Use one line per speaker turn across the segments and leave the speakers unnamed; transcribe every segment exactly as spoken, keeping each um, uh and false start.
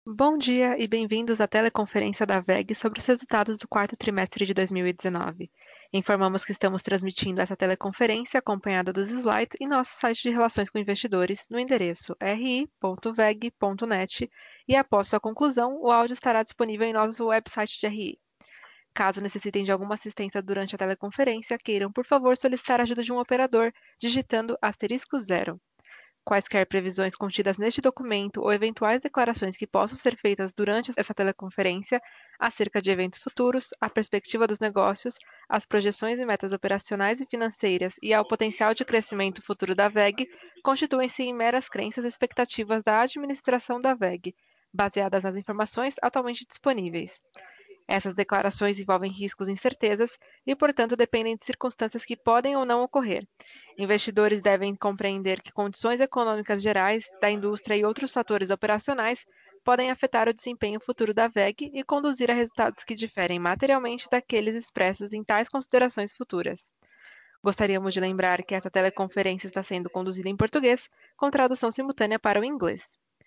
Bom dia e bem-vindos à teleconferência da W E G sobre os resultados do quarto trimestre de dois mil e dezenove. Informamos que estamos transmitindo essa teleconferência acompanhada dos slides em nosso site de relações com investidores no endereço r i ponto veg ponto net e após sua conclusão, o áudio estará disponível em nosso website de R I. Caso necessitem de alguma assistência durante a teleconferência, queiram, por favor, solicitar a ajuda de um operador digitando asterisco zero. Quaisquer previsões contidas neste documento ou eventuais declarações que possam ser feitas durante essa teleconferência acerca de eventos futuros, a perspectiva dos negócios, as projeções e metas operacionais e financeiras e ao potencial de crescimento futuro da W E G constituem-se em meras crenças e expectativas da administração da W E G, baseadas nas informações atualmente disponíveis. Essas declarações envolvem riscos e incertezas e, portanto, dependem de circunstâncias que podem ou não ocorrer. Investidores devem compreender que condições econômicas gerais, da indústria e outros fatores operacionais podem afetar o desempenho futuro da W E G e conduzir a resultados que diferem materialmente daqueles expressos em tais considerações futuras. Gostaríamos de lembrar que essa teleconferência está sendo conduzida em português, com tradução simultânea para o inglês.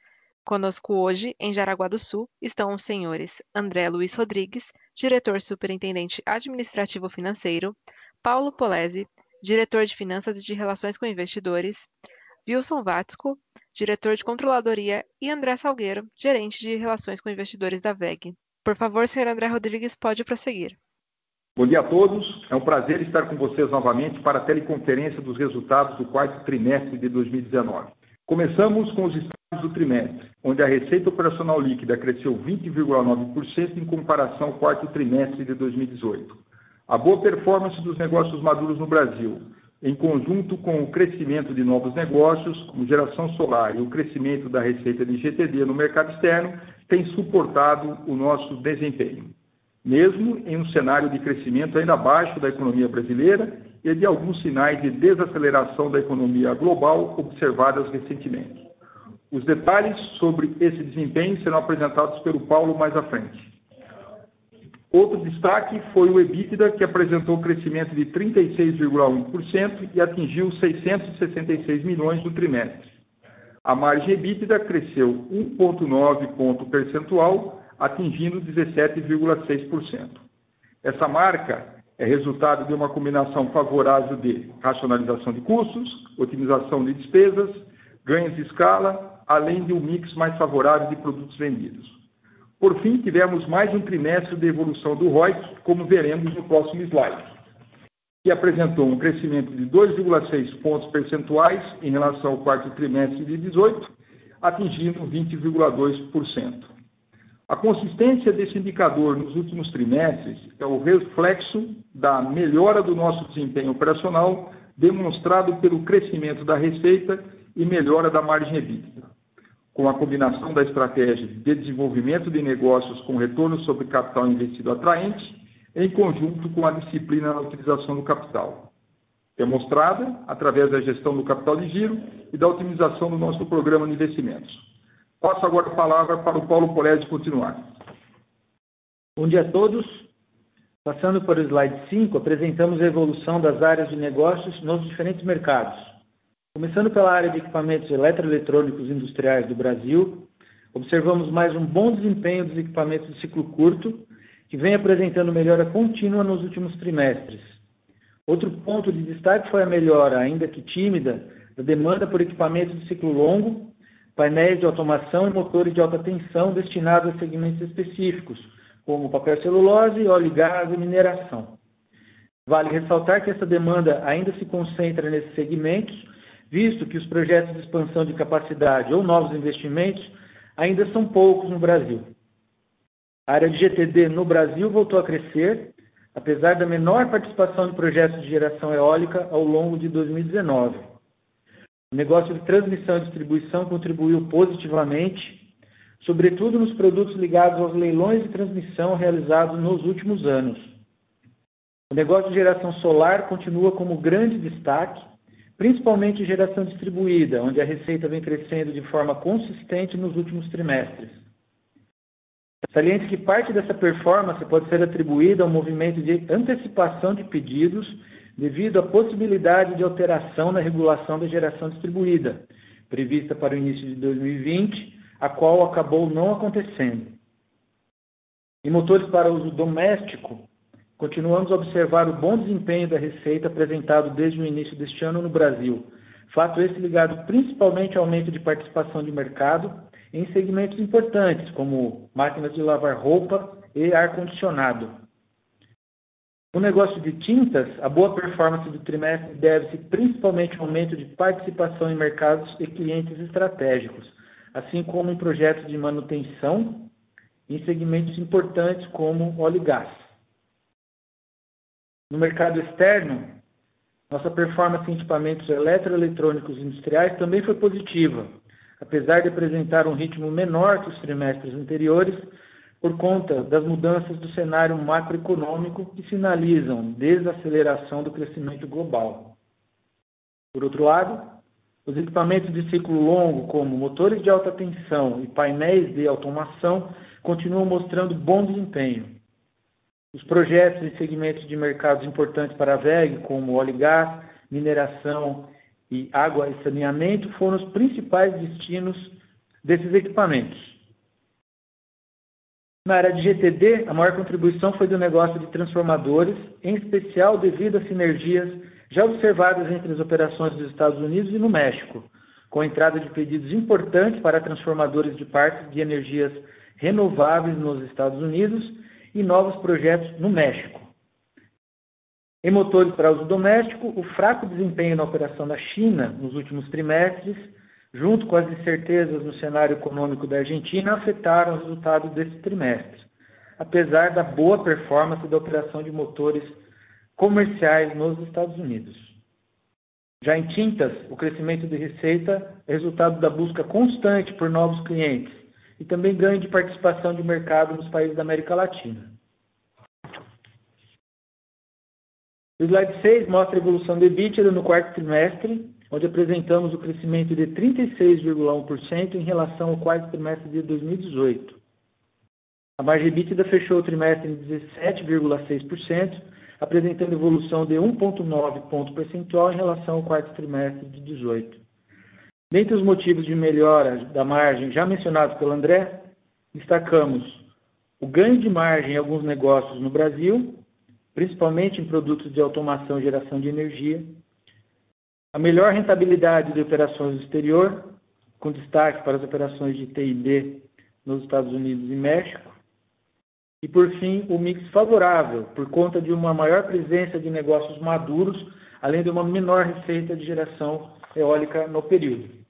Conosco hoje, em Jaraguá do Sul, estão os senhores André Luiz Rodrigues, diretor superintendente administrativo financeiro, Paulo Polezi, diretor de finanças e de relações com investidores, Wilson Watzko, diretor de controladoria, e André Salgueiro, gerente de relações com investidores da W E G. Por favor, senhor André Rodrigues, pode prosseguir.
Bom dia a todos. É um prazer estar com vocês novamente para a teleconferência dos resultados do quarto trimestre de dois mil e dezenove. Começamos com os estados do trimestre, onde a receita operacional líquida cresceu vinte vírgula nove por cento em comparação ao quarto trimestre de dois mil e dezoito. A boa performance dos negócios maduros no Brasil, em conjunto com o crescimento de novos negócios, como geração solar e o crescimento da receita de G T D no mercado externo, tem suportado o nosso desempenho, mesmo em um cenário de crescimento ainda abaixo da economia brasileira e de alguns sinais de desaceleração da economia global observadas recentemente. Os detalhes sobre esse desempenho serão apresentados pelo Paulo mais à frente. Outro destaque foi o EBITDA, que apresentou um crescimento de trinta e seis vírgula um por cento e atingiu seiscentos e sessenta e seis milhões no trimestre. A margem EBITDA cresceu um vírgula nove ponto percentual, atingindo dezessete vírgula seis por cento. Essa marca é resultado de uma combinação favorável de racionalização de custos, otimização de despesas, ganhos de escala, além de um mix mais favorável de produtos vendidos. Por fim, tivemos mais um trimestre de evolução do R O I C, como veremos no próximo slide, que apresentou um crescimento de dois vírgula seis pontos percentuais em relação ao quarto trimestre de dezoito, atingindo vinte vírgula dois por cento. A consistência desse indicador nos últimos trimestres é o reflexo da melhora do nosso desempenho operacional, demonstrado pelo crescimento da receita e melhora da margem EBITDA, com a combinação da estratégia de desenvolvimento de negócios com retorno sobre capital investido atraente, em conjunto com a disciplina na utilização do capital, demonstrada através da gestão do capital de giro e da otimização do nosso programa de investimentos. Passo agora a palavra para o Paulo Polezi continuar.
Bom dia a todos. Passando para o slide cinco, apresentamos a evolução das áreas de negócios nos diferentes mercados. Começando pela área de equipamentos eletroeletrônicos industriais do Brasil, observamos mais um bom desempenho dos equipamentos de ciclo curto, que vem apresentando melhora contínua nos últimos trimestres. Outro ponto de destaque foi a melhora, ainda que tímida, da demanda por equipamentos de ciclo longo, painéis de automação e motores de alta tensão destinados a segmentos específicos, como papel celulose, óleo e gás e mineração. Vale ressaltar que essa demanda ainda se concentra nesses segmentos, visto que os projetos de expansão de capacidade ou novos investimentos ainda são poucos no Brasil. A área de G T D no Brasil voltou a crescer, apesar da menor participação de projetos de geração eólica ao longo de dois mil e dezenove. O negócio de transmissão e distribuição contribuiu positivamente, sobretudo nos produtos ligados aos leilões de transmissão realizados nos últimos anos. O negócio de geração solar continua como grande destaque, principalmente geração distribuída, onde a receita vem crescendo de forma consistente nos últimos trimestres. Saliente que parte dessa performance pode ser atribuída ao movimento de antecipação de pedidos devido à possibilidade de alteração na regulação da geração distribuída, prevista para o início de dois mil e vinte, a qual acabou não acontecendo. Em motores para uso doméstico, continuamos a observar o bom desempenho da receita apresentado desde o início deste ano no Brasil, fato esse ligado principalmente ao aumento de participação de mercado em segmentos importantes, como máquinas de lavar roupa e ar-condicionado. No negócio de tintas, a boa performance do trimestre deve-se principalmente ao aumento de participação em mercados e clientes estratégicos, assim como em projetos de manutenção em segmentos importantes como óleo e gás. No mercado externo, nossa performance em equipamentos eletroeletrônicos industriais também foi positiva, apesar de apresentar um ritmo menor que os trimestres anteriores, por conta das mudanças do cenário macroeconômico que sinalizam desaceleração do crescimento global. Por outro lado, os equipamentos de ciclo longo, como motores de alta tensão e painéis de automação, continuam mostrando bom desempenho. Os projetos em segmentos de mercados importantes para a W E G, como óleo e gás, mineração e água e saneamento, foram os principais destinos desses equipamentos. Na área de G T D, a maior contribuição foi do negócio de transformadores, em especial devido às sinergias já observadas entre as operações dos Estados Unidos e no México, com a entrada de pedidos importantes para transformadores de parques de energias renováveis nos Estados Unidos e novos projetos no México. Em motores para uso doméstico, o fraco desempenho na operação da China nos últimos trimestres, junto com as incertezas no cenário econômico da Argentina, afetaram os resultados desse trimestre, apesar da boa performance da operação de motores comerciais nos Estados Unidos. Já em tintas, o crescimento de receita é resultado da busca constante por novos clientes e também ganho de participação de mercado nos países da América Latina. O slide seis mostra a evolução do EBITDA no quarto trimestre, onde apresentamos o crescimento de trinta e seis vírgula um por cento em relação ao quarto trimestre de dois mil e dezoito. A margem EBITDA fechou o trimestre em dezessete vírgula seis por cento, apresentando evolução de um vírgula nove ponto percentual em relação ao quarto trimestre de dezoito. Dentre os motivos de melhora da margem já mencionados pelo André, destacamos o ganho de margem em alguns negócios no Brasil, principalmente em produtos de automação e geração de energia, a melhor rentabilidade de operações no exterior, com destaque para as operações de T e D nos Estados Unidos e México, e, por fim, o mix favorável, por conta de uma maior presença de negócios maduros, além de uma menor receita de geração eólica no período.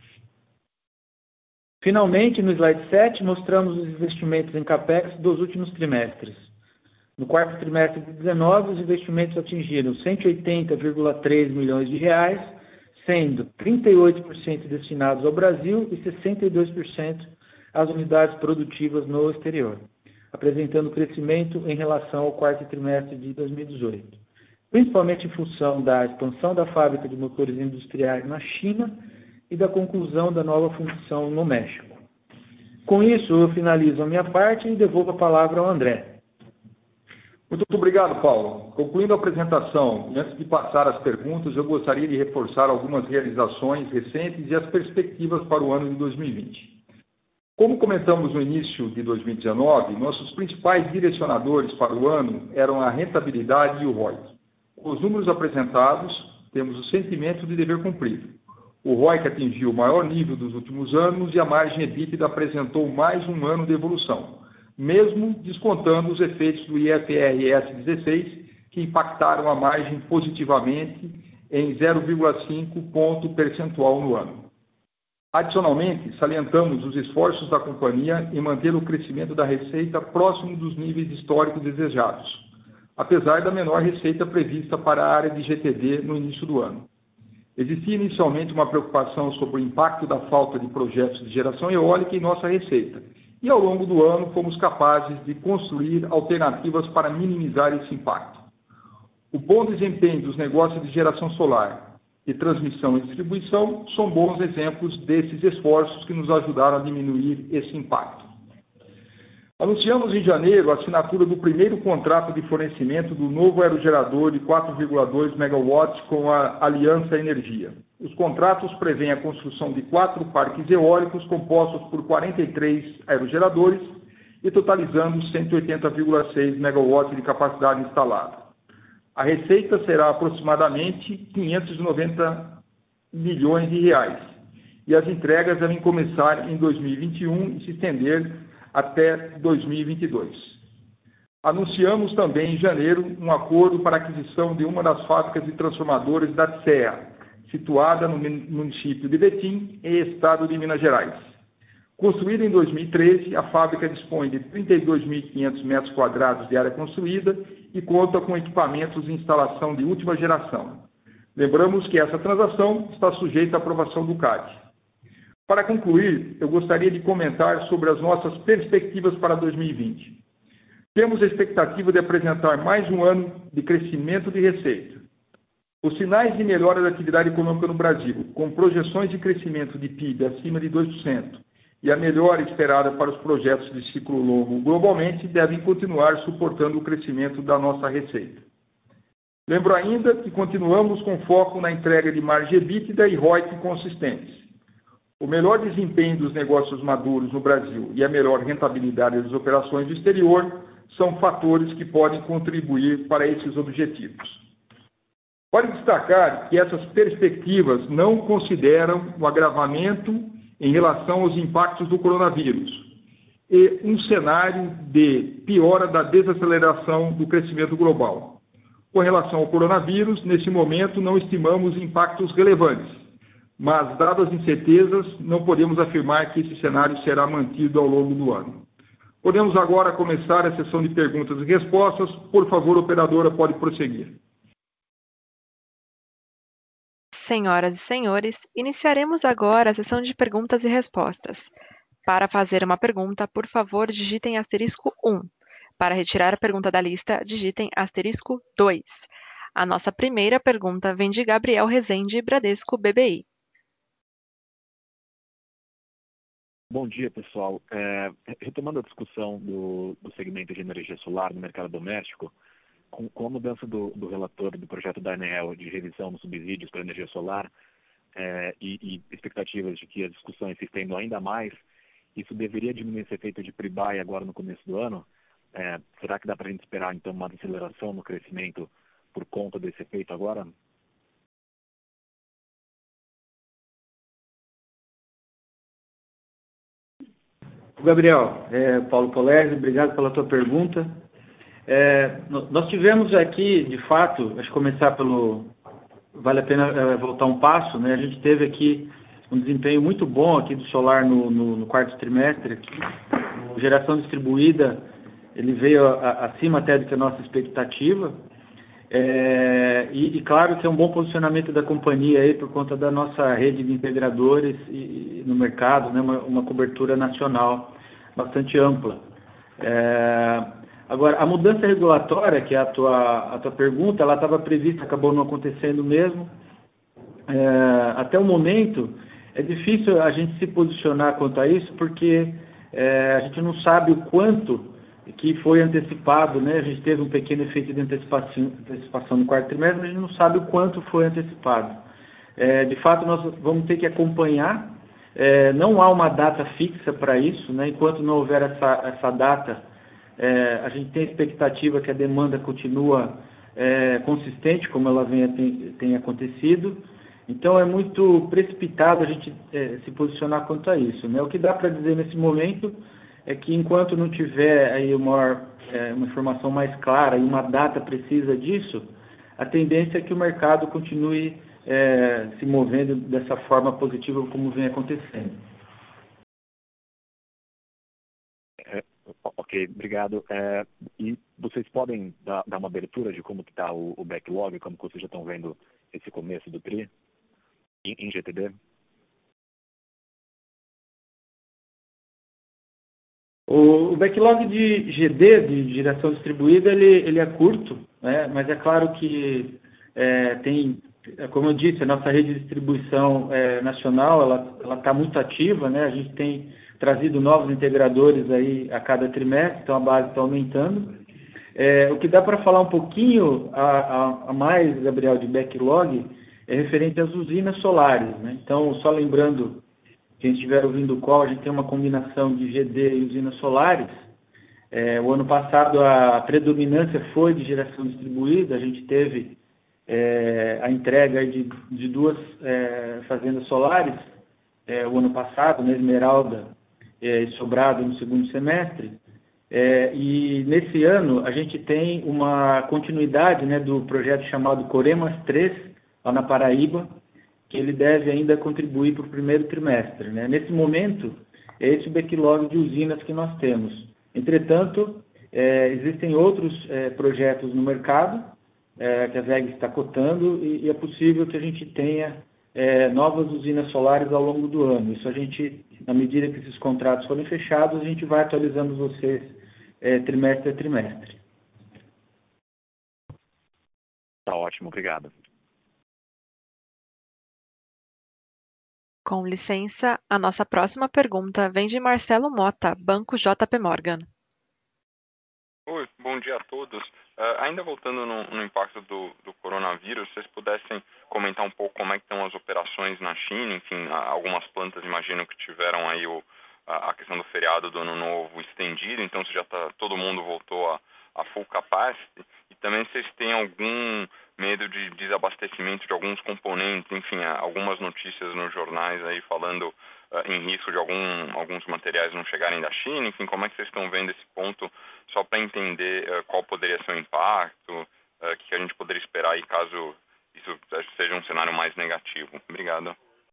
Finalmente, no slide sete, mostramos os investimentos em CAPEX dos últimos trimestres. No quarto trimestre de dezenove, os investimentos atingiram cento e oitenta vírgula três milhões de reais, sendo trinta e oito por cento destinados ao Brasil e sessenta e dois por cento às unidades produtivas no exterior, apresentando crescimento em relação ao quarto trimestre de dois mil e dezoito, principalmente em função da expansão da fábrica de motores industriais na China e da conclusão da nova fundição no México. Com isso, eu finalizo a minha parte e devolvo a palavra ao André.
Muito obrigado, Paulo. Concluindo a apresentação, e antes de passar às perguntas, eu gostaria de reforçar algumas realizações recentes e as perspectivas para o ano de dois mil e vinte. Como comentamos no início de dois mil e dezenove, nossos principais direcionadores para o ano eram a rentabilidade e o R O I. Com os números apresentados, temos o sentimento de dever cumprido. O R O I que atingiu o maior nível dos últimos anos e a margem EBITDA apresentou mais um ano de evolução, mesmo descontando os efeitos do I F R S dezesseis, que impactaram a margem positivamente em zero vírgula cinco ponto percentual no ano. Adicionalmente, salientamos os esforços da companhia em manter o crescimento da receita próximo dos níveis históricos desejados, apesar da menor receita prevista para a área de G T D no início do ano. Existia inicialmente uma preocupação sobre o impacto da falta de projetos de geração eólica em nossa receita, e ao longo do ano fomos capazes de construir alternativas para minimizar esse impacto. O bom desempenho dos negócios de geração solar e transmissão e distribuição são bons exemplos desses esforços que nos ajudaram a diminuir esse impacto. Anunciamos em janeiro a assinatura do primeiro contrato de fornecimento do novo aerogerador de quatro vírgula dois megawatts com a Aliança Energia. Os contratos prevêem a construção de quatro parques eólicos compostos por quarenta e três aerogeradores e totalizando cento e oitenta vírgula seis megawatts de capacidade instalada. A receita será aproximadamente quinhentos e noventa milhões de reais e as entregas devem começar em dois mil e vinte e um e se estender até dois mil e vinte e dois. Anunciamos também em janeiro um acordo para a aquisição de uma das fábricas de transformadores da T S E A, situada no município de Betim, em estado de Minas Gerais. Construída em dois mil e treze, a fábrica dispõe de trinta e dois mil e quinhentos metros quadrados de área construída e conta com equipamentos de instalação de última geração. Lembramos que essa transação está sujeita à aprovação do C A D. Para concluir, eu gostaria de comentar sobre as nossas perspectivas para dois mil e vinte. Temos a expectativa de apresentar mais um ano de crescimento de receita. Os sinais de melhora da atividade econômica no Brasil, com projeções de crescimento de P I B acima de dois por cento e a melhora esperada para os projetos de ciclo longo globalmente, devem continuar suportando o crescimento da nossa receita. Lembro ainda que continuamos com foco na entrega de margem EBITDA e R O I C consistentes. O melhor desempenho dos negócios maduros no Brasil e a melhor rentabilidade das operações do exterior são fatores que podem contribuir para esses objetivos. Vale destacar que essas perspectivas não consideram o agravamento em relação aos impactos do coronavírus e um cenário de piora da desaceleração do crescimento global. Com relação ao coronavírus, nesse momento não estimamos impactos relevantes, mas, dadas as incertezas, não podemos afirmar que esse cenário será mantido ao longo do ano. Podemos agora começar a sessão de perguntas e respostas. Por favor, operadora, pode prosseguir.
Senhoras e senhores, iniciaremos agora a sessão de perguntas e respostas. Para fazer uma pergunta, por favor, digitem asterisco um. Para retirar a pergunta da lista, digitem asterisco dois. A nossa primeira pergunta vem de Gabriel Rezende, Bradesco B B I.
Bom dia, pessoal. É, retomando a discussão do, do segmento de energia solar no mercado doméstico, com, com a mudança do, do relator do projeto da ANEEL de revisão dos subsídios para a energia solar é, e, e expectativas de que as discussões se estendam ainda mais, isso deveria diminuir esse efeito de pre-buy agora no começo do ano? É, será que dá para a gente esperar, então, uma desaceleração no crescimento por conta desse efeito agora?
Gabriel, é, Paulo Polese, obrigado pela tua pergunta. É, nós tivemos aqui, de fato, acho que começar pelo... Vale a pena é, voltar um passo, né? A gente teve aqui um desempenho muito bom aqui do solar no, no, no quarto trimestre. Aqui. A geração distribuída, ele veio a, a, acima até do que a nossa expectativa. É, e, e claro que é um bom posicionamento da companhia aí por conta da nossa rede de integradores e, e no mercado, né? uma, uma cobertura nacional bastante ampla. É, agora, a mudança regulatória, que é a tua, a tua pergunta, ela estava prevista, acabou não acontecendo mesmo. É, até o momento, é difícil a gente se posicionar quanto a isso, porque é, a gente não sabe o quanto que foi antecipado, né? A gente teve um pequeno efeito de antecipação, antecipação no quarto trimestre, mas a gente não sabe o quanto foi antecipado. É, de fato, nós vamos ter que acompanhar. É, não há uma data fixa para isso, né? Enquanto não houver essa, essa data, é, a gente tem a expectativa que a demanda continua é, consistente, como ela vem, tem, tem acontecido. Então, é muito precipitado a gente é, se posicionar quanto a isso, né? O que dá para dizer nesse momento é que enquanto não tiver aí uma, é, uma informação mais clara e uma data precisa disso, a tendência é que o mercado continue é, se movendo dessa forma positiva como vem acontecendo.
É, ok, obrigado. É, e vocês podem dar, dar uma abertura de como está o, o backlog, como vocês já estão vendo esse começo do T R I em, em G T D?
O backlog de G D, de geração distribuída, ele, ele é curto, né? Mas é claro que é, tem, como eu disse, a nossa rede de distribuição é, nacional, ela está muito ativa, né? A gente tem trazido novos integradores aí a cada trimestre, então a base está aumentando. É, o que dá para falar um pouquinho a, a, a mais, Gabriel, de backlog, é referente às usinas solares, né? Então, só lembrando, quem estiver ouvindo o call, a gente tem uma combinação de G D e usinas solares. É, o ano passado a predominância foi de geração distribuída, a gente teve é, a entrega de, de duas é, fazendas solares é, o ano passado, na Esmeralda é, e Sobrado no segundo semestre. É, e nesse ano a gente tem uma continuidade, né, do projeto chamado Coremas três, lá na Paraíba, que ele deve ainda contribuir para o primeiro trimestre, né? Nesse momento, é esse o backlog de usinas que nós temos. Entretanto, é, existem outros é, projetos no mercado é, que a V E G está cotando e, e é possível que a gente tenha é, novas usinas solares ao longo do ano. Isso a gente, na medida que esses contratos forem fechados, a gente vai atualizando vocês é, trimestre a trimestre.
Tá ótimo, obrigado.
Com licença, a nossa próxima pergunta vem de Marcelo Mota, Banco J P Morgan.
Oi, bom dia a todos. Uh, ainda voltando no, no impacto do, do coronavírus, vocês pudessem comentar um pouco como é que estão as operações na China, enfim, algumas plantas imagino que tiveram aí o, a, a questão do feriado do Ano Novo estendido, então se já tá, todo mundo voltou a, a full capacity, e também vocês têm algum medo de desabastecimento de alguns componentes, enfim, algumas notícias nos jornais aí falando uh, em risco de algum, alguns materiais não chegarem da China, enfim, como é que vocês estão vendo esse ponto, só para entender uh, qual poderia ser o impacto, o uh, que a gente poderia esperar aí caso isso seja um cenário mais negativo. Obrigado.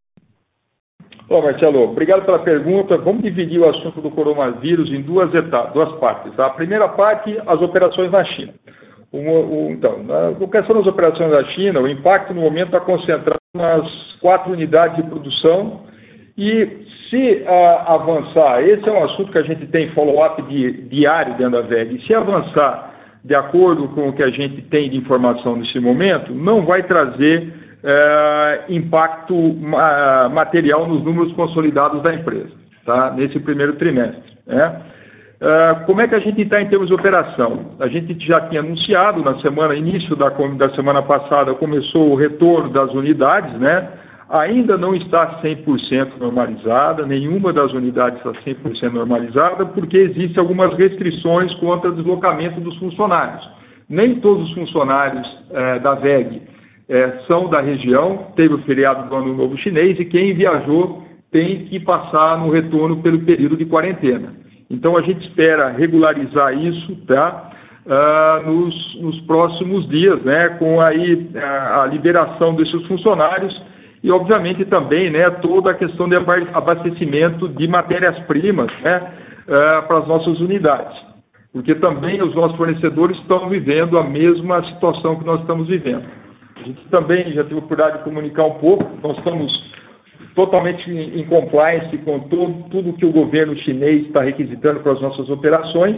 Bom, Marcelo, obrigado pela pergunta. Vamos dividir o assunto do coronavírus em duas etapas, duas partes. A primeira parte, as operações na China. O, o, então, na questão das operações da China, o impacto no momento está concentrado nas quatro unidades de produção e se a, avançar, esse é um assunto que a gente tem follow-up di, diário dentro da V E G, e se avançar de acordo com o que a gente tem de informação nesse momento, não vai trazer é, impacto ma, material nos números consolidados da empresa, tá? Nesse primeiro trimestre, né? Uh, como é que a gente está em termos de operação? A gente já tinha anunciado na semana, início da, da semana passada, começou o retorno das unidades, né? Ainda não está cem por cento normalizada, nenhuma das unidades está cem por cento normalizada, porque existem algumas restrições contra o deslocamento dos funcionários. Nem todos os funcionários eh, da V E G eh, são da região, teve o feriado do Ano Novo Chinês e quem viajou tem que passar no retorno pelo período de quarentena. Então, a gente espera regularizar isso, tá? Uh, nos, nos próximos dias, né? Com aí a, a liberação desses funcionários e, obviamente, também, né, toda a questão de abastecimento de matérias-primas, né, uh, para as nossas unidades. Porque também os nossos fornecedores estão vivendo a mesma situação que nós estamos vivendo. A gente também já teve a oportunidade de comunicar um pouco, nós estamos totalmente em compliance com todo, tudo que o governo chinês está requisitando para as nossas operações.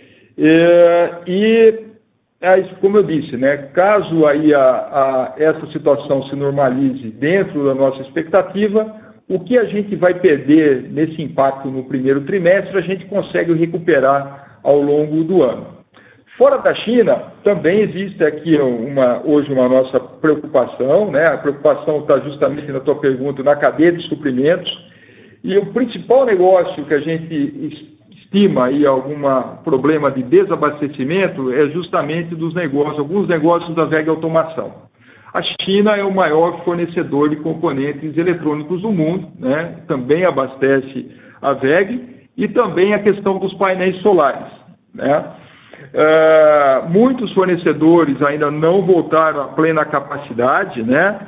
É, e, é, como eu disse, né, caso aí a, a, essa situação se normalize dentro da nossa expectativa, o que a gente vai perder nesse impacto no primeiro trimestre, a gente consegue recuperar ao longo do ano. Fora da China, também existe aqui uma, hoje uma nossa preocupação, né? A preocupação está justamente na tua pergunta, na cadeia de suprimentos, e o principal negócio que a gente estima aí algum problema de desabastecimento é justamente dos negócios, alguns negócios da V E G Automação. A China é o maior fornecedor de componentes eletrônicos do mundo, né? Também abastece a V E G e também a questão dos painéis solares, né? Uh, muitos fornecedores ainda não voltaram à plena capacidade, né?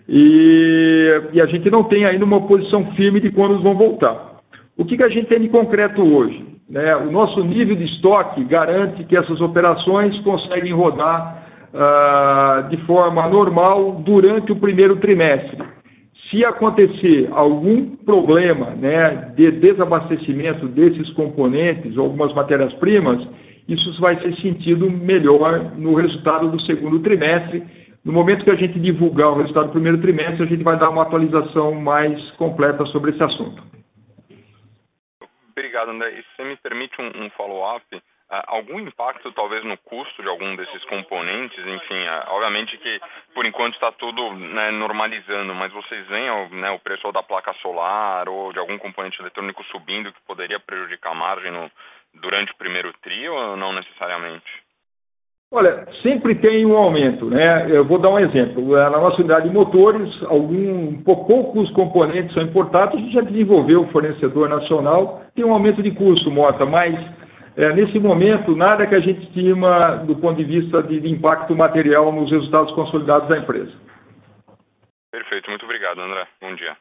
E, e a gente não tem ainda uma posição firme de quando eles vão voltar. O que, que a gente tem de concreto hoje? Né? O nosso nível de estoque garante que essas operações conseguem rodar uh, de forma normal durante o primeiro trimestre. Se acontecer algum problema, né, de desabastecimento desses componentes ou algumas matérias-primas, isso vai ser sentido melhor no resultado do segundo trimestre. No momento que a gente divulgar o resultado do primeiro trimestre, a gente vai dar uma atualização mais completa sobre esse assunto.
Obrigado, André. E se você me permite um, um follow-up, uh, algum impacto talvez no custo de algum desses componentes? Enfim, obviamente que por enquanto está tudo, né, normalizando, mas vocês veem, né, o preço da placa solar ou de algum componente eletrônico subindo que poderia prejudicar a margem no, durante o primeiro tri ou não necessariamente?
Olha, sempre tem um aumento, né? Eu vou dar um exemplo. Na nossa unidade de motores, algum, poucos componentes são importados, a gente já desenvolveu o fornecedor nacional, tem um aumento de custo, Mota, mas é, nesse momento nada que a gente estima do ponto de vista de, de impacto material nos resultados consolidados da empresa.
Perfeito, muito obrigado, André. Bom dia.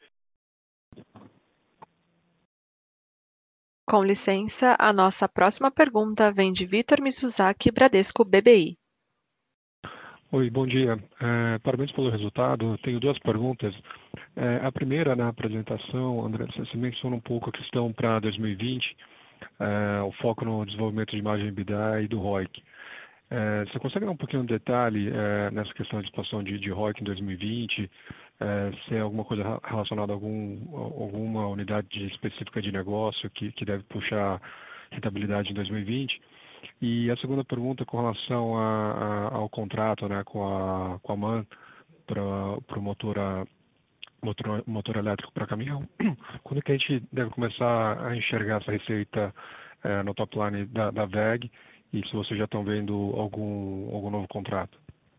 Com licença, a nossa próxima pergunta vem de Vitor Mizusaki, Bradesco B B I.
Oi, bom dia. É, parabéns pelo resultado. Tenho duas perguntas. É, a primeira, na apresentação, André, você menciona um pouco a questão para dois mil e vinte, é, o foco no desenvolvimento de margem EBITDA e do R O I C. É, você consegue dar um pouquinho de detalhe é, nessa questão de expansão de, de R O I C em dois mil e vinte? É, se é alguma coisa relacionada a algum, alguma unidade específica de negócio que, que deve puxar rentabilidade em dois mil e vinte? E a segunda pergunta com relação a, a, ao contrato, né, com a, com a MAN para o motor, motor, motor elétrico para caminhão. Quando que a gente deve começar a enxergar essa receita é, no top line da, da V E G e se vocês já estão vendo algum, algum novo contrato?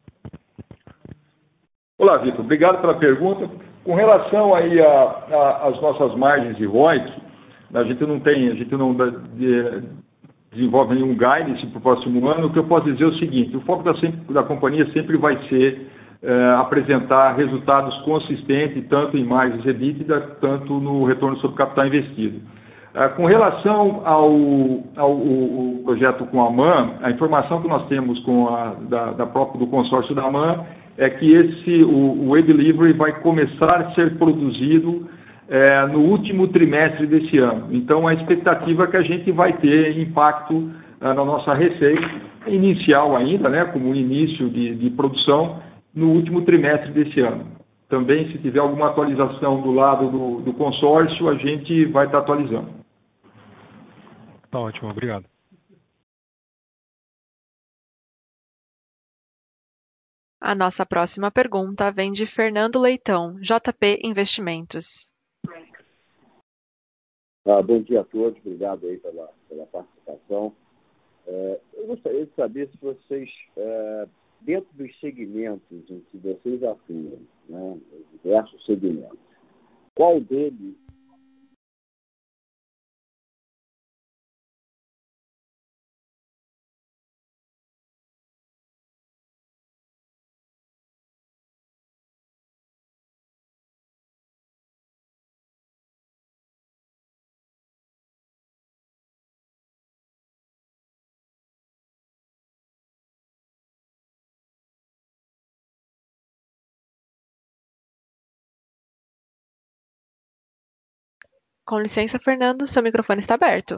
Olá, Vitor. Obrigado pela pergunta. Com relação aí às nossas margens de R O I C, a gente não tem, a gente não de, desenvolve nenhum guidance para o próximo ano. O que eu posso dizer é o seguinte: o foco da, sempre, da companhia sempre vai ser é, apresentar resultados consistentes, tanto em margens EBITDA, tanto no retorno sobre capital investido. É, com relação ao, ao, ao projeto com a MAN, a informação que nós temos com a, da, da própria, do consórcio da MAN é que esse, o, o e-delivery vai começar a ser produzido é, no último trimestre desse ano. Então, a expectativa é que a gente vai ter impacto é, na nossa receita inicial ainda, né, como início de, de produção, no último trimestre desse ano. Também, se tiver alguma atualização do lado do, do consórcio, a gente vai estar atualizando.
Tá ótimo, obrigado.
A nossa próxima pergunta vem de Fernando Leitão, J P Investimentos.
Ah, bom dia a todos, obrigado aí pela, pela participação. É, eu gostaria de saber se vocês, é, dentro dos segmentos em que vocês atuam, né, diversos segmentos, qual deles
Com licença, Fernando, seu microfone está aberto.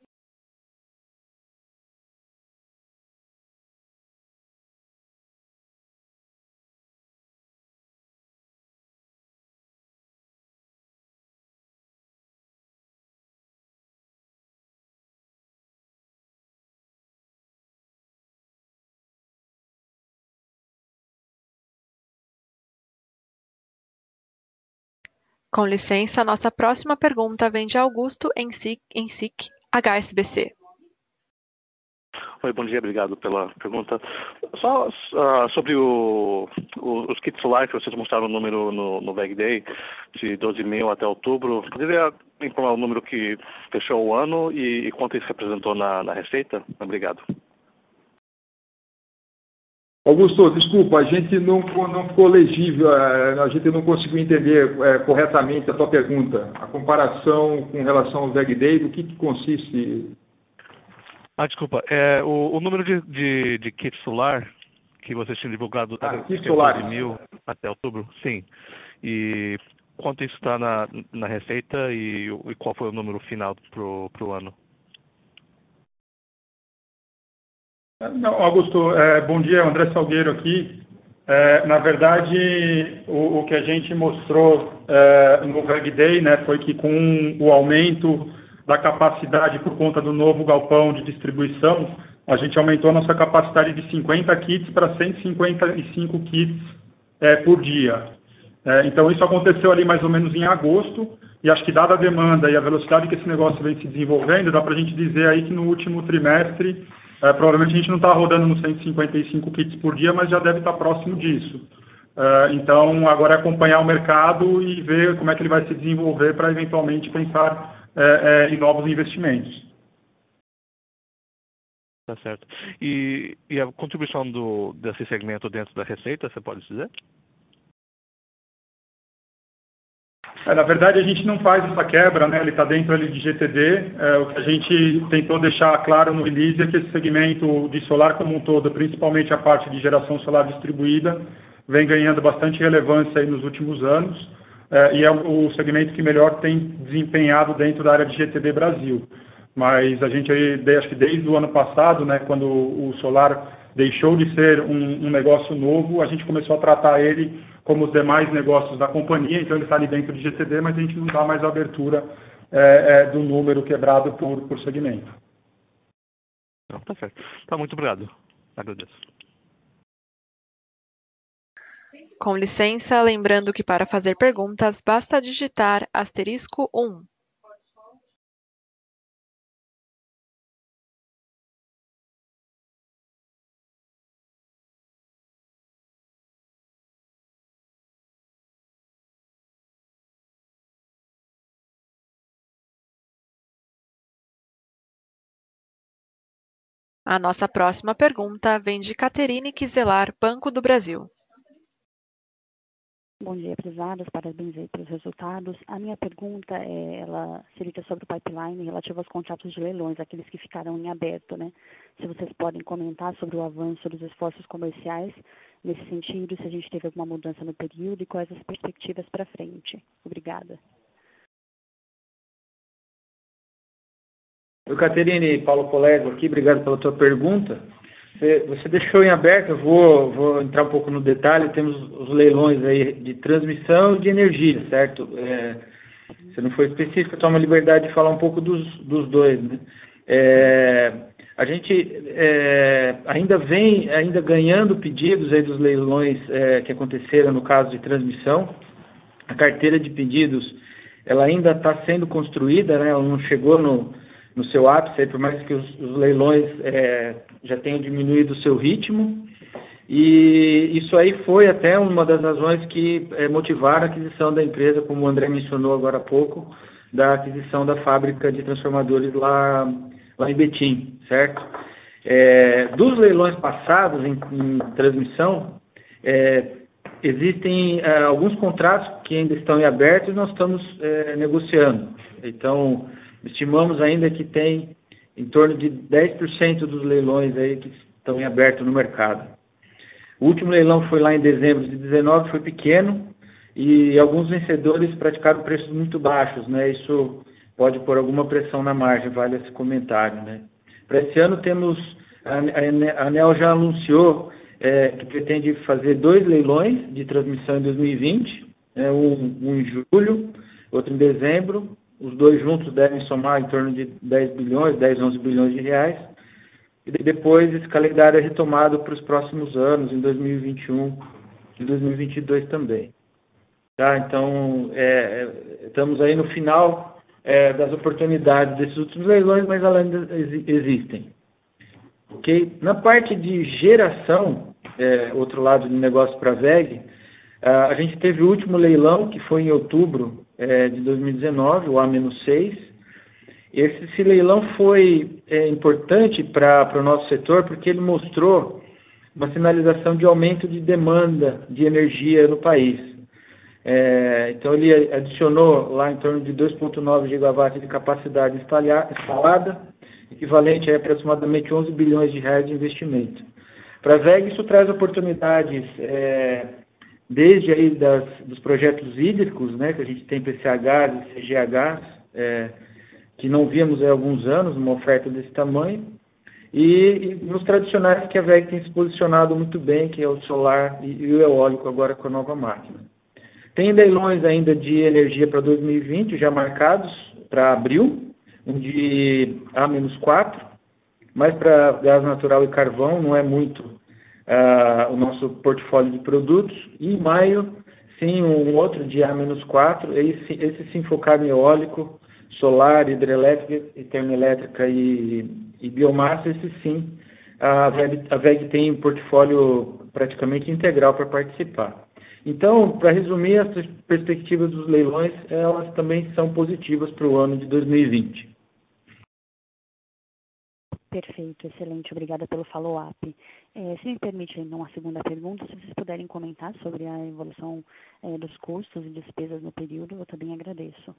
Com licença, a nossa próxima pergunta vem de Augusto Ensic, Ensic H S B C.
Oi, bom dia, obrigado pela pergunta. Só uh, sobre o, o, os kits solar que vocês mostraram o número no, no V E G Day, de doze mil até outubro, poderia informar o número que fechou o ano e, e quanto isso representou na, na receita? Obrigado.
Augusto, desculpa, a gente não, não ficou legível, a gente não conseguiu entender é, corretamente a tua pergunta. A comparação com relação ao V E G Day, do que, que consiste?
Ah, desculpa. É, o, o número de, de, de kits solar que vocês tinham divulgado
ah,
até
doze
mil até outubro, sim. E quanto isso está na, na receita e, e qual foi o número final para o ano?
Não, Augusto, é, bom dia, André Salgueiro aqui. É, na verdade, o, o que a gente mostrou é, no V E G Day, né, foi que com o aumento da capacidade por conta do novo galpão de distribuição, a gente aumentou a nossa capacidade de cinquenta kits para cento e cinquenta e cinco kits é, por dia. É, então, isso aconteceu ali mais ou menos em agosto, e acho que dada a demanda e a velocidade que esse negócio vem se desenvolvendo, dá para a gente dizer aí que no último trimestre, é, provavelmente a gente não está rodando nos cento e cinquenta e cinco kits por dia, mas já deve estar próximo disso. É, então, agora é acompanhar o mercado e ver como é que ele vai se desenvolver para eventualmente pensar é, é, em novos investimentos.
Tá certo. E, e a contribuição do, desse segmento dentro da receita, você pode dizer?
É, na verdade, a gente não faz essa quebra, né? Ele está dentro ali de G T D. É, o que a gente tentou deixar claro no release é que esse segmento de solar como um todo, principalmente a parte de geração solar distribuída, vem ganhando bastante relevância aí nos últimos anos, é, e é o, o segmento que melhor tem desempenhado dentro da área de G T D Brasil. Mas a gente aí, acho que desde o ano passado, né, quando o solar deixou de ser um, um negócio novo, a gente começou a tratar ele como os demais negócios da companhia, então ele está ali dentro de G T D, mas a gente não dá mais a abertura é, é, do número quebrado por, por segmento.
Não, tá certo. Tá, muito obrigado. Agradeço.
Com licença, lembrando que para fazer perguntas, basta digitar asterisco um. A nossa próxima pergunta vem de Caterine Quiselar, Banco do Brasil.
Bom dia, prezadas. Parabéns aí pelos resultados. A minha pergunta é, ela seria sobre o pipeline relativo aos contratos de leilões, aqueles que ficaram em aberto, né? Se vocês podem comentar sobre o avanço dos esforços comerciais nesse sentido, se a gente teve alguma mudança no período e quais as perspectivas para frente. Obrigada.
Oi, Caterine, Paulo Colego aqui, obrigado pela tua pergunta. Você, você deixou em aberto, eu vou, vou entrar um pouco no detalhe, temos os leilões aí de transmissão e de energia, certo? É, você não foi específico, toma liberdade de falar um pouco dos, dos dois, né? É, a gente é, ainda vem ainda ganhando pedidos aí dos leilões é, que aconteceram no caso de transmissão. A carteira de pedidos, ela ainda está sendo construída, né? Ela não chegou no no seu ápice, por mais que os, os leilões é, já tenham diminuído o seu ritmo, e isso aí foi até uma das razões que é, motivaram a aquisição da empresa, como o André mencionou agora há pouco, da aquisição da fábrica de transformadores lá, lá em Betim, certo? É, dos leilões passados em, em transmissão, é, existem é, alguns contratos que ainda estão em aberto e nós estamos é, negociando. Então, estimamos ainda que tem em torno de dez por cento dos leilões aí que estão em aberto no mercado. O último leilão foi lá em dezembro de dezenove, foi pequeno, e alguns vencedores praticaram preços muito baixos, né? Isso pode pôr alguma pressão na margem, vale esse comentário, né? Para esse ano temos, a ANEEL já anunciou é, que pretende fazer dois leilões de transmissão em dois mil e vinte, né? um, um em julho, outro em dezembro. Os dois juntos devem somar em torno de dez bilhões, dez, onze bilhões de reais. E depois esse calendário é retomado para os próximos anos, em dois mil e vinte e um e dois mil e vinte e dois também. Tá? Então, é, estamos aí no final é, das oportunidades desses últimos leilões, mas elas ainda existem. Okay? Na parte de geração, é, outro lado de negócio para a V E G, a gente teve o último leilão, que foi em outubro é, de dois mil e dezenove, o A seis. Esse, esse leilão foi é, importante para o nosso setor, porque ele mostrou uma sinalização de aumento de demanda de energia no país. É, então, ele adicionou lá em torno de dois vírgula nove gigawatts de capacidade instalada, equivalente a aproximadamente onze bilhões de reais de investimento. Para a V E G, isso traz oportunidades... É, desde aí das, dos projetos hídricos, né, que a gente tem P C H e C G H, é, que não víamos há alguns anos, uma oferta desse tamanho, e, e nos tradicionais que a V E G tem se posicionado muito bem, que é o solar e, e o eólico agora com a nova máquina. Tem leilões ainda de energia para dois mil e vinte, já marcados para abril, um de A menos quatro, mas para gás natural e carvão não é muito uh, o nosso portfólio de produtos. E em maio, sim, um outro de A menos quatro, esse, esse sim focado em eólico, solar, hidrelétrica, termoelétrica e, e biomassa, esse sim, a V E G, a V E G tem um portfólio praticamente integral para participar. Então, para resumir, as perspectivas dos leilões, elas também são positivas para o ano de dois mil e vinte.
Perfeito, excelente, obrigada pelo follow-up. É, se me permite ainda uma segunda pergunta, se vocês puderem comentar sobre a evolução é, dos custos e despesas no período, eu também agradeço.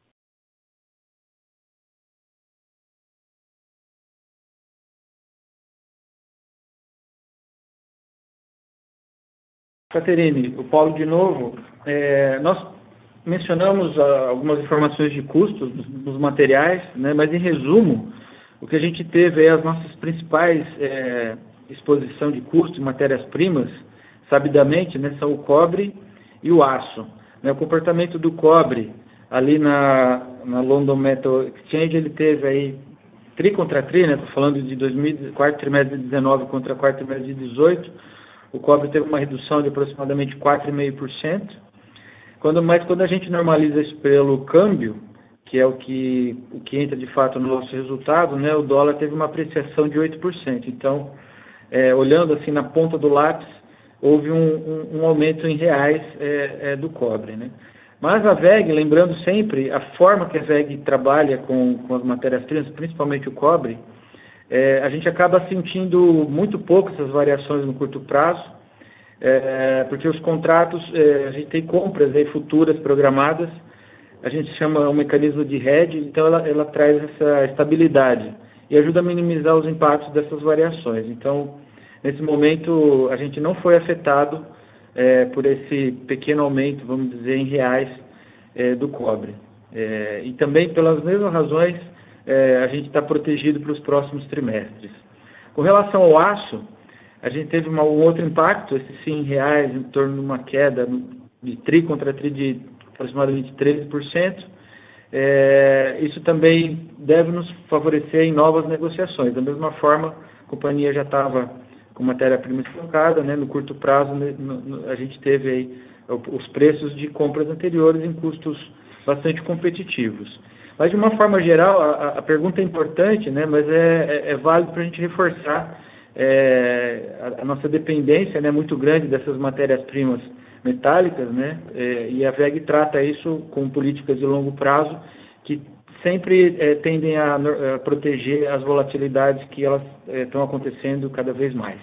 Caterine, o Paulo de novo, é, nós mencionamos ah, algumas informações de custos dos, dos materiais, né, mas em resumo, o que a gente teve é as nossas principais é, exposição de custo em matérias-primas, sabidamente, né, são o cobre e o aço. Né, o comportamento do cobre ali na, na London Metal Exchange, ele teve aí tri contra tri, né, estou falando de dois mil, quarto trimestre de dezenove contra quarto trimestre de dezoito, o cobre teve uma redução de aproximadamente quatro vírgula cinco por cento. Quando, mas quando a gente normaliza isso pelo câmbio, que é o que, o que entra de fato no nosso resultado, né, o dólar teve uma apreciação de oito por cento. Então, é, olhando assim na ponta do lápis, houve um, um, um aumento em reais é, é, do cobre. Né? Mas a V E G, lembrando sempre, a forma que a V E G trabalha com, com as matérias-primas, principalmente o cobre, É, a gente acaba sentindo muito pouco essas variações no curto prazo, é, porque os contratos, é, a gente tem compras aí, futuras programadas, a gente chama um mecanismo de hedge, então ela, ela traz essa estabilidade e ajuda a minimizar os impactos dessas variações. Então, nesse momento, a gente não foi afetado é, por esse pequeno aumento, vamos dizer, em reais é, do cobre. É, e também pelas mesmas razões, É, a gente está protegido para os próximos trimestres. Com relação ao aço, a gente teve uma, um outro impacto, esse sim em reais, em torno de uma queda de tri contra tri de aproximadamente treze por cento. É, isso também deve nos favorecer em novas negociações. Da mesma forma, a companhia já estava com matéria-prima estocada, né, no curto prazo no, no, a gente teve aí os preços de compras anteriores em custos bastante competitivos. Mas, de uma forma geral, a, a pergunta é importante, né, mas é, é, é válido para a gente reforçar é, a, a nossa dependência, né, muito grande dessas matérias-primas metálicas, né, é, e a V E G trata isso com políticas de longo prazo que sempre é, tendem a, a proteger as volatilidades que elas estão é, acontecendo cada vez mais.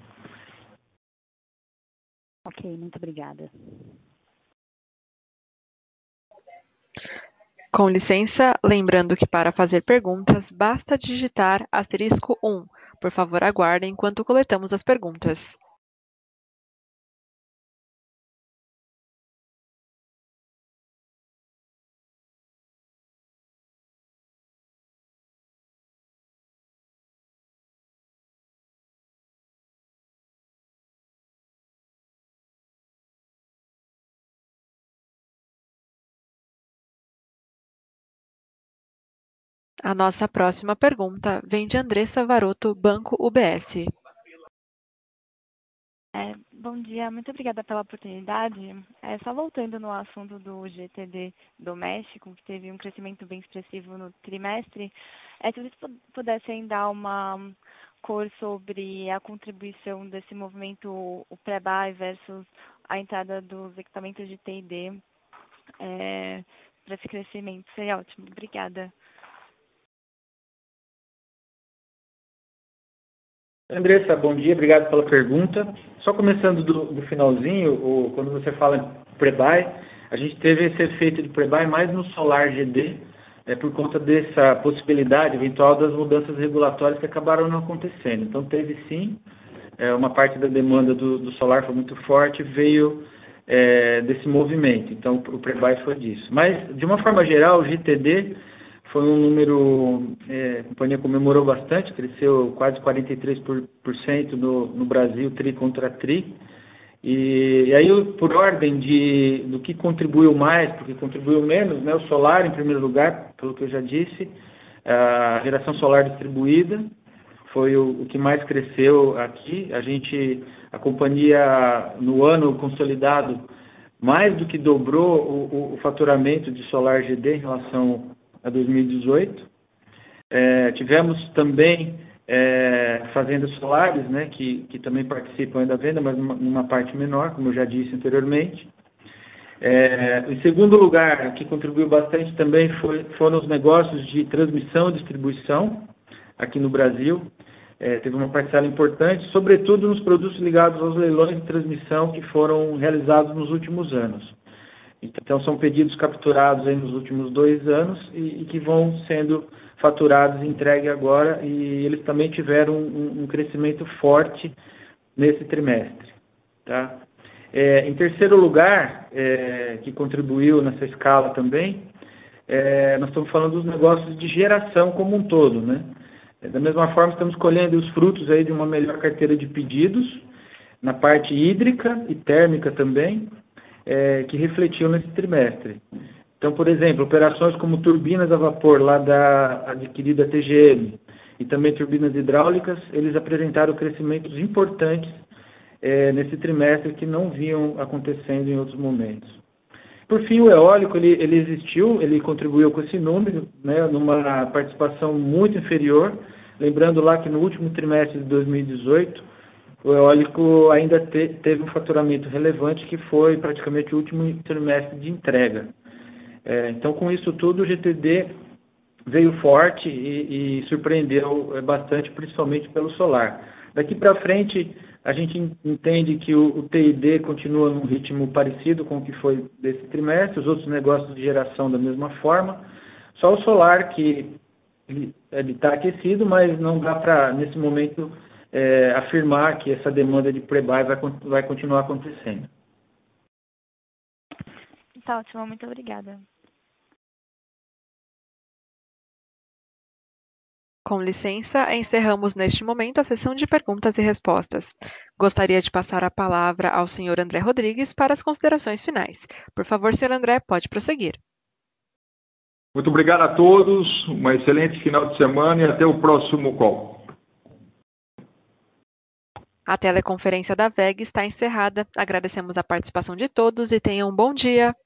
Ok, muito obrigada.
Com licença, lembrando que para fazer perguntas, basta digitar asterisco um. Por favor, aguardem enquanto coletamos as perguntas. A nossa próxima pergunta vem de Andressa Varoto, Banco U B S.
É, bom dia, muito obrigada pela oportunidade. É, só voltando no assunto do G T D doméstico, que teve um crescimento bem expressivo no trimestre, é, se vocês pudessem dar uma cor sobre a contribuição desse movimento, o pré-buy versus a entrada dos equipamentos de T e D é, para esse crescimento, seria ótimo. Obrigada.
Andressa, bom dia, obrigado pela pergunta. Só começando do, do finalzinho, o, quando você fala em pré-buy, a gente teve esse efeito de pré-buy mais no Solar G D, é, por conta dessa possibilidade eventual das mudanças regulatórias que acabaram não acontecendo. Então teve sim, é, uma parte da demanda do, do Solar foi muito forte, veio é, desse movimento. Então o pré-buy foi disso. Mas, de uma forma geral, o G T D foi um número, é, a companhia comemorou bastante, cresceu quase quarenta e três por cento no, no Brasil, tri contra tri. E, e aí, por ordem de, do que contribuiu mais, porque contribuiu menos, né, o solar em primeiro lugar, pelo que eu já disse, a geração solar distribuída foi o, o que mais cresceu aqui. A gente, a companhia, no ano consolidado, mais do que dobrou o, o faturamento de solar G D em relação a dois mil e dezoito. É, tivemos também é, fazendas solares, né, que, que também participam da venda, mas numa, numa parte menor, como eu já disse anteriormente. É, em segundo lugar, o que contribuiu bastante também foi, foram os negócios de transmissão e distribuição aqui no Brasil. É, teve uma parcela importante, sobretudo nos produtos ligados aos leilões de transmissão que foram realizados nos últimos anos. Então, são pedidos capturados aí nos últimos dois anos e, e que vão sendo faturados e entregues agora, e eles também tiveram um, um crescimento forte nesse trimestre. Tá? É, em terceiro lugar, é, que contribuiu nessa escala também, é, nós estamos falando dos negócios de geração como um todo, né? Da mesma forma, estamos colhendo os frutos aí de uma melhor carteira de pedidos, na parte hídrica e térmica também, é, que refletiu nesse trimestre. Então, por exemplo, operações como turbinas a vapor lá da adquirida T G M e também turbinas hidráulicas, eles apresentaram crescimentos importantes é, nesse trimestre que não vinham acontecendo em outros momentos. Por fim, o eólico, ele, ele existiu, ele contribuiu com esse número, né, numa participação muito inferior, lembrando lá que no último trimestre de dois mil e dezoito, o eólico ainda te, teve um faturamento relevante, que foi praticamente o último trimestre de entrega. É, então, com isso tudo, o G T D veio forte e, e surpreendeu bastante, principalmente pelo solar. Daqui para frente, a gente entende que o, o T I D continua num ritmo parecido com o que foi desse trimestre, os outros negócios de geração da mesma forma, só o solar que ele está aquecido, mas não dá para, nesse momento, é, afirmar que essa demanda de pré-buy vai, vai continuar acontecendo.
Tá ótimo, muito obrigada.
Com licença, encerramos neste momento a sessão de perguntas e respostas. Gostaria de passar a palavra ao senhor André Rodrigues para as considerações finais. Por favor, senhor André, pode prosseguir.
Muito obrigado a todos, uma excelente final de semana e até o próximo call.
A teleconferência da W E G está encerrada. Agradecemos a participação de todos e tenham um bom dia.